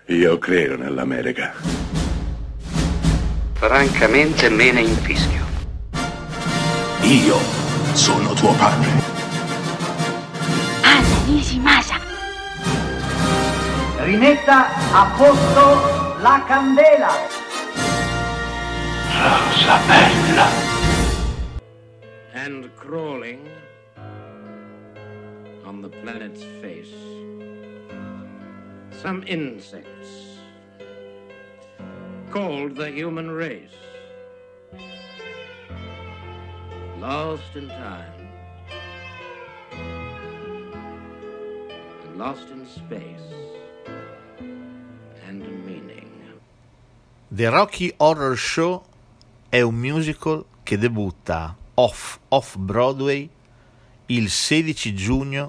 Io credo nell'America. Francamente me ne infischio. Io sono tuo padre. Anna Nishimasa. Rimetta a posto la candela. Rosa bella. And crawling on the planet's face, some insects called the human race, lost in time and lost in space and meaning. The Rocky Horror Show è un musical che debutta off-Broadway il 16 giugno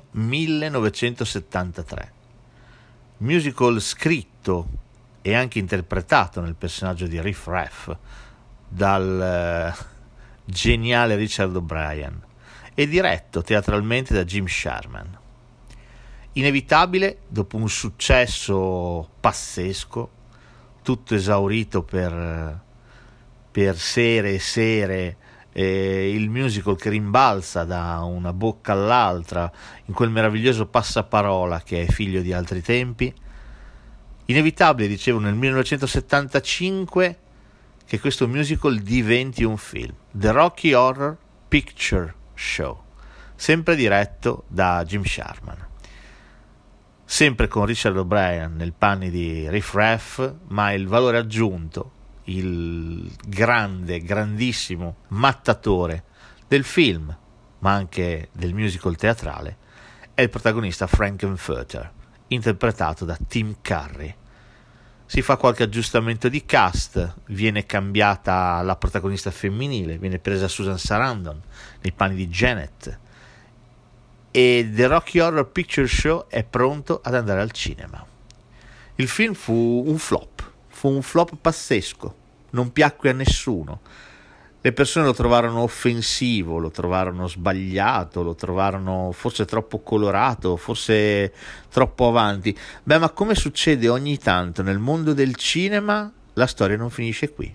1973. Musical scritto e anche interpretato nel personaggio di Riff Raff dal geniale Richard O'Brien e diretto teatralmente da Jim Sharman. Inevitabile, dopo un successo pazzesco, tutto esaurito per sere e sere, il musical che rimbalza da una bocca all'altra in quel meraviglioso passaparola che è figlio di altri tempi. Inevitabile, dicevo, nel 1975 che questo musical diventi un film, The Rocky Horror Picture Show, sempre diretto da Jim Sharman, sempre con Richard O'Brien nel panni di Riff Raff, ma il valore aggiunto, il grandissimo mattatore del film, ma anche del musical teatrale, è il protagonista Frank-N-Furter, interpretato da Tim Curry. Si fa qualche aggiustamento di cast, viene cambiata la protagonista femminile, viene presa Susan Sarandon nei panni di Janet, e The Rocky Horror Picture Show è pronto ad andare al cinema. Il film fu un flop pazzesco, non piacque a nessuno. Le persone lo trovarono offensivo, lo trovarono sbagliato, lo trovarono forse troppo colorato, forse troppo avanti. Beh, ma come succede ogni tanto nel mondo del cinema, la storia non finisce qui,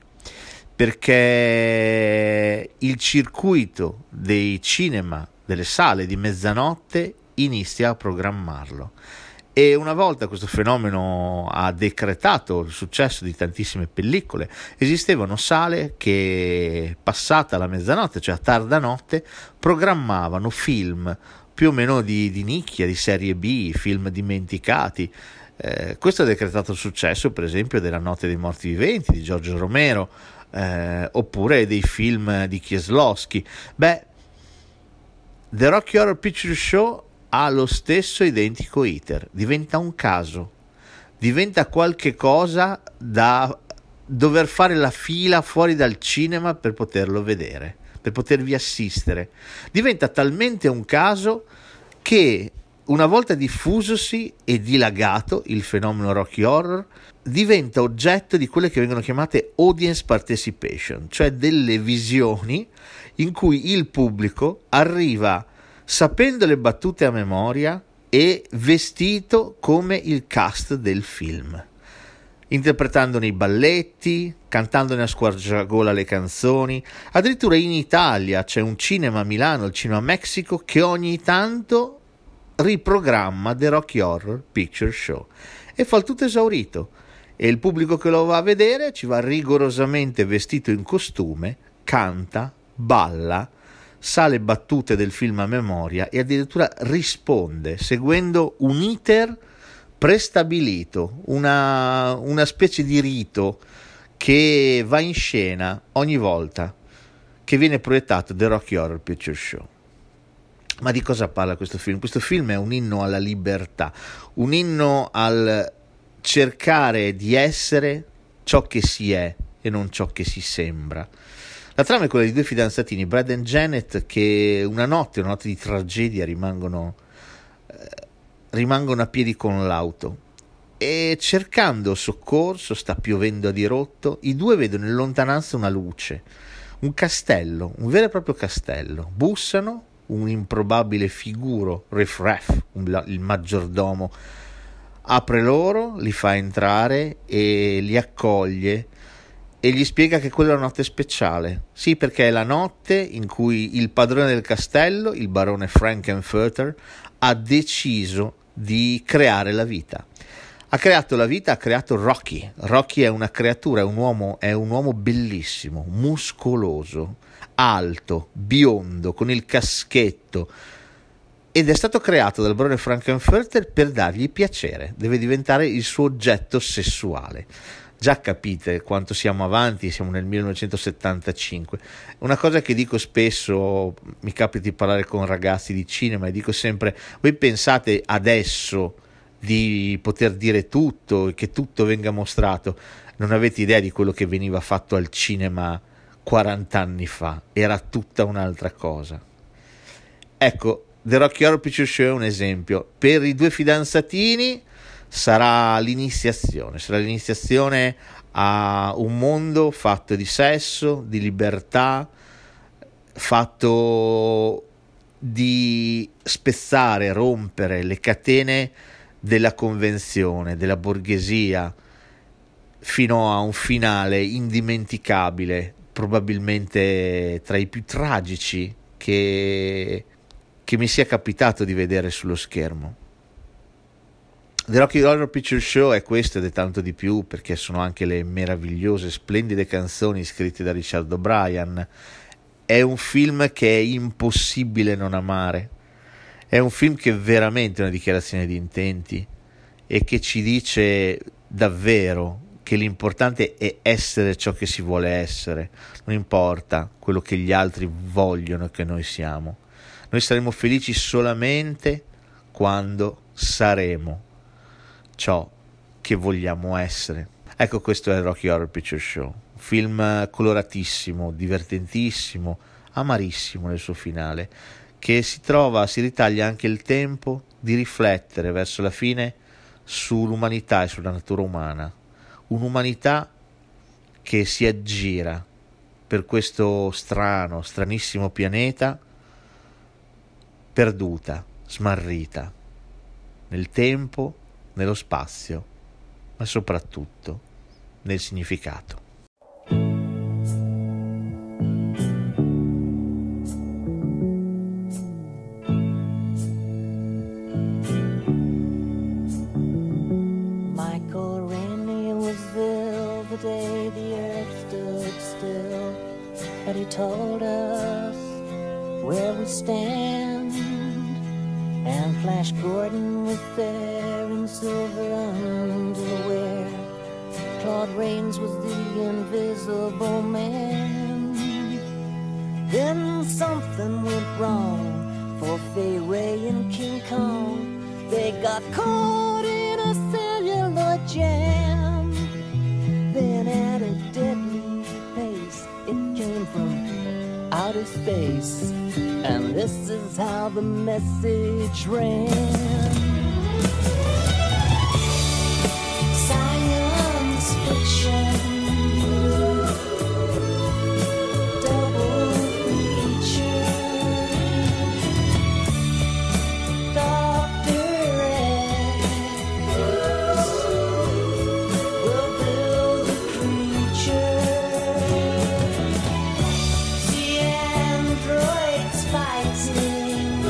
perché il circuito dei cinema, delle sale di mezzanotte, inizia a programmarlo. E una volta questo fenomeno ha decretato il successo di tantissime pellicole, esistevano sale che, passata la mezzanotte, cioè a tarda notte, programmavano film più o meno di nicchia, di serie B, film dimenticati. Questo ha decretato il successo, per esempio, della Notte dei Morti Viventi di Giorgio Romero, oppure dei film di Kieslowski. Beh, The Rocky Horror Picture Show ha lo stesso identico iter, diventa un caso, diventa qualche cosa da dover fare la fila fuori dal cinema per poterlo vedere, per potervi assistere. Diventa talmente un caso che, una volta diffusosi e dilagato il fenomeno Rocky Horror, diventa oggetto di quelle che vengono chiamate audience participation, cioè delle visioni in cui il pubblico arriva sapendo le battute a memoria e vestito come il cast del film, interpretandone i balletti, cantandone a squarciagola le canzoni. Addirittura in Italia c'è un cinema a Milano, il Cinema Mexico, che ogni tanto riprogramma The Rocky Horror Picture Show e fa il tutto esaurito, e il pubblico che lo va a vedere ci va rigorosamente vestito in costume, canta, balla, sa le battute del film a memoria e addirittura risponde seguendo un iter prestabilito, una specie di rito che va in scena ogni volta che viene proiettato The Rocky Horror Picture Show. Ma di cosa parla questo film? Questo film è un inno alla libertà, un inno al cercare di essere ciò che si è e non ciò che si sembra. La trama è quella di due fidanzatini, Brad e Janet, che una notte di tragedia rimangono a piedi con l'auto, e cercando soccorso, sta piovendo a dirotto, i due vedono in lontananza una luce, un castello, un vero e proprio castello. Bussano, un improbabile figuro, Riff Raff, il maggiordomo, apre loro, li fa entrare e li accoglie e gli spiega che quella è una notte speciale. Sì, perché è la notte in cui il padrone del castello, il barone Frankenfurter, ha deciso di creare la vita. Ha creato la vita, ha creato Rocky. Rocky è una creatura, è un uomo bellissimo, muscoloso, alto, biondo, con il caschetto, ed è stato creato dal barone Frankenfurter per dargli piacere, deve diventare il suo oggetto sessuale. Già capite quanto siamo avanti, siamo nel 1975. Una cosa che dico spesso, mi capita di parlare con ragazzi di cinema e dico sempre: voi pensate adesso di poter dire tutto e che tutto venga mostrato, non avete idea di quello che veniva fatto al cinema 40 anni fa, era tutta un'altra cosa. Ecco, The Rocky Horror Picture Show è un esempio. Per i due fidanzatini sarà l'iniziazione a un mondo fatto di sesso, di libertà, fatto di spezzare, rompere le catene della convenzione, della borghesia, fino a un finale indimenticabile, probabilmente tra i più tragici che mi sia capitato di vedere sullo schermo. The Rocky Horror Picture Show è questo ed è tanto di più, perché sono anche le meravigliose, splendide canzoni scritte da Richard O'Brien. È un film che è impossibile non amare. È un film che è veramente una dichiarazione di intenti e che ci dice davvero che l'importante è essere ciò che si vuole essere, non importa quello che gli altri vogliono che noi siamo. Noi saremo felici solamente quando saremo ciò che vogliamo essere. Ecco, questo è il Rocky Horror Picture Show, un film coloratissimo, divertentissimo, amarissimo nel suo finale, che si ritaglia anche il tempo di riflettere verso la fine sull'umanità e sulla natura umana, un'umanità che si aggira per questo stranissimo pianeta, perduta, smarrita nel tempo, nello spazio, ma soprattutto nel significato. Michael Rainey was there the day the earth stood still, but he told us where we stand. And Flash Gordon was there in silver underwear. Claude Rains was the invisible man. Then something went wrong for Fay Ray and King Kong. They got caught in a cellular jam. Then at a deadly pace, it came from outer space. And this is how the message ran. Science fiction, double feature, Dr. X will build a creature. See androids fighting,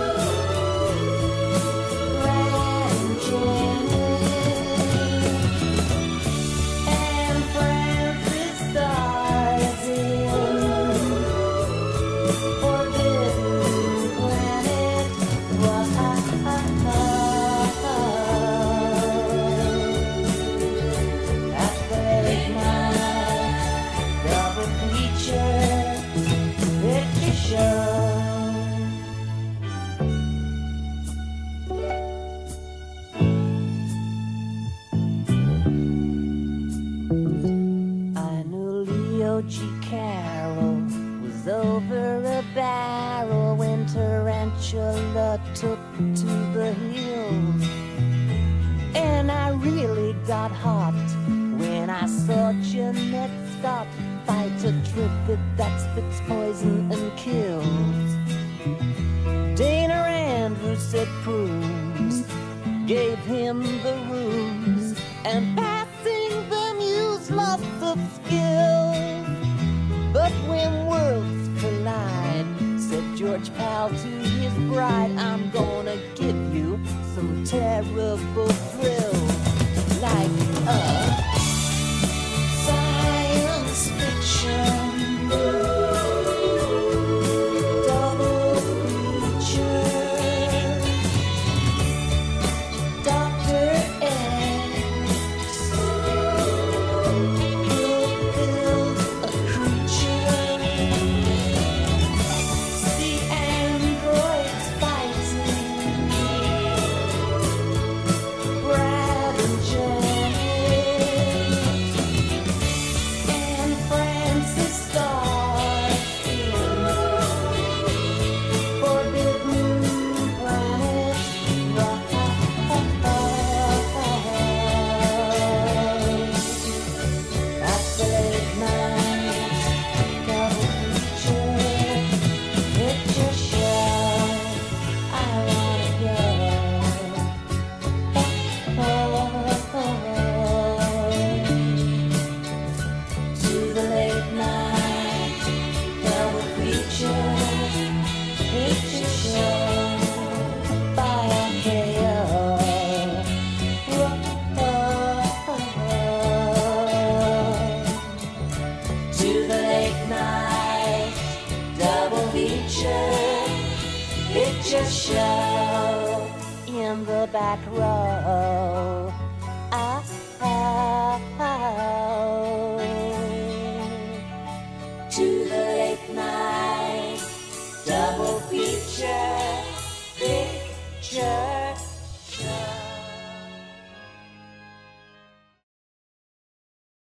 and Francis stars in Forbidden Planet. At late night, double feature picture show. I knew Leo G. Carroll was over a barrel when Tarantula took to the hills. And I really got hot when I saw Jeanette Scott fight a trivet that spits poison and kills. Dana Andrews said prunes gave him the ruse, and passing them used lots of skill. But when worlds collide, said George Pal to his bride, I'm gonna give you some terrible thrills, like science fiction. Picture show in the back row.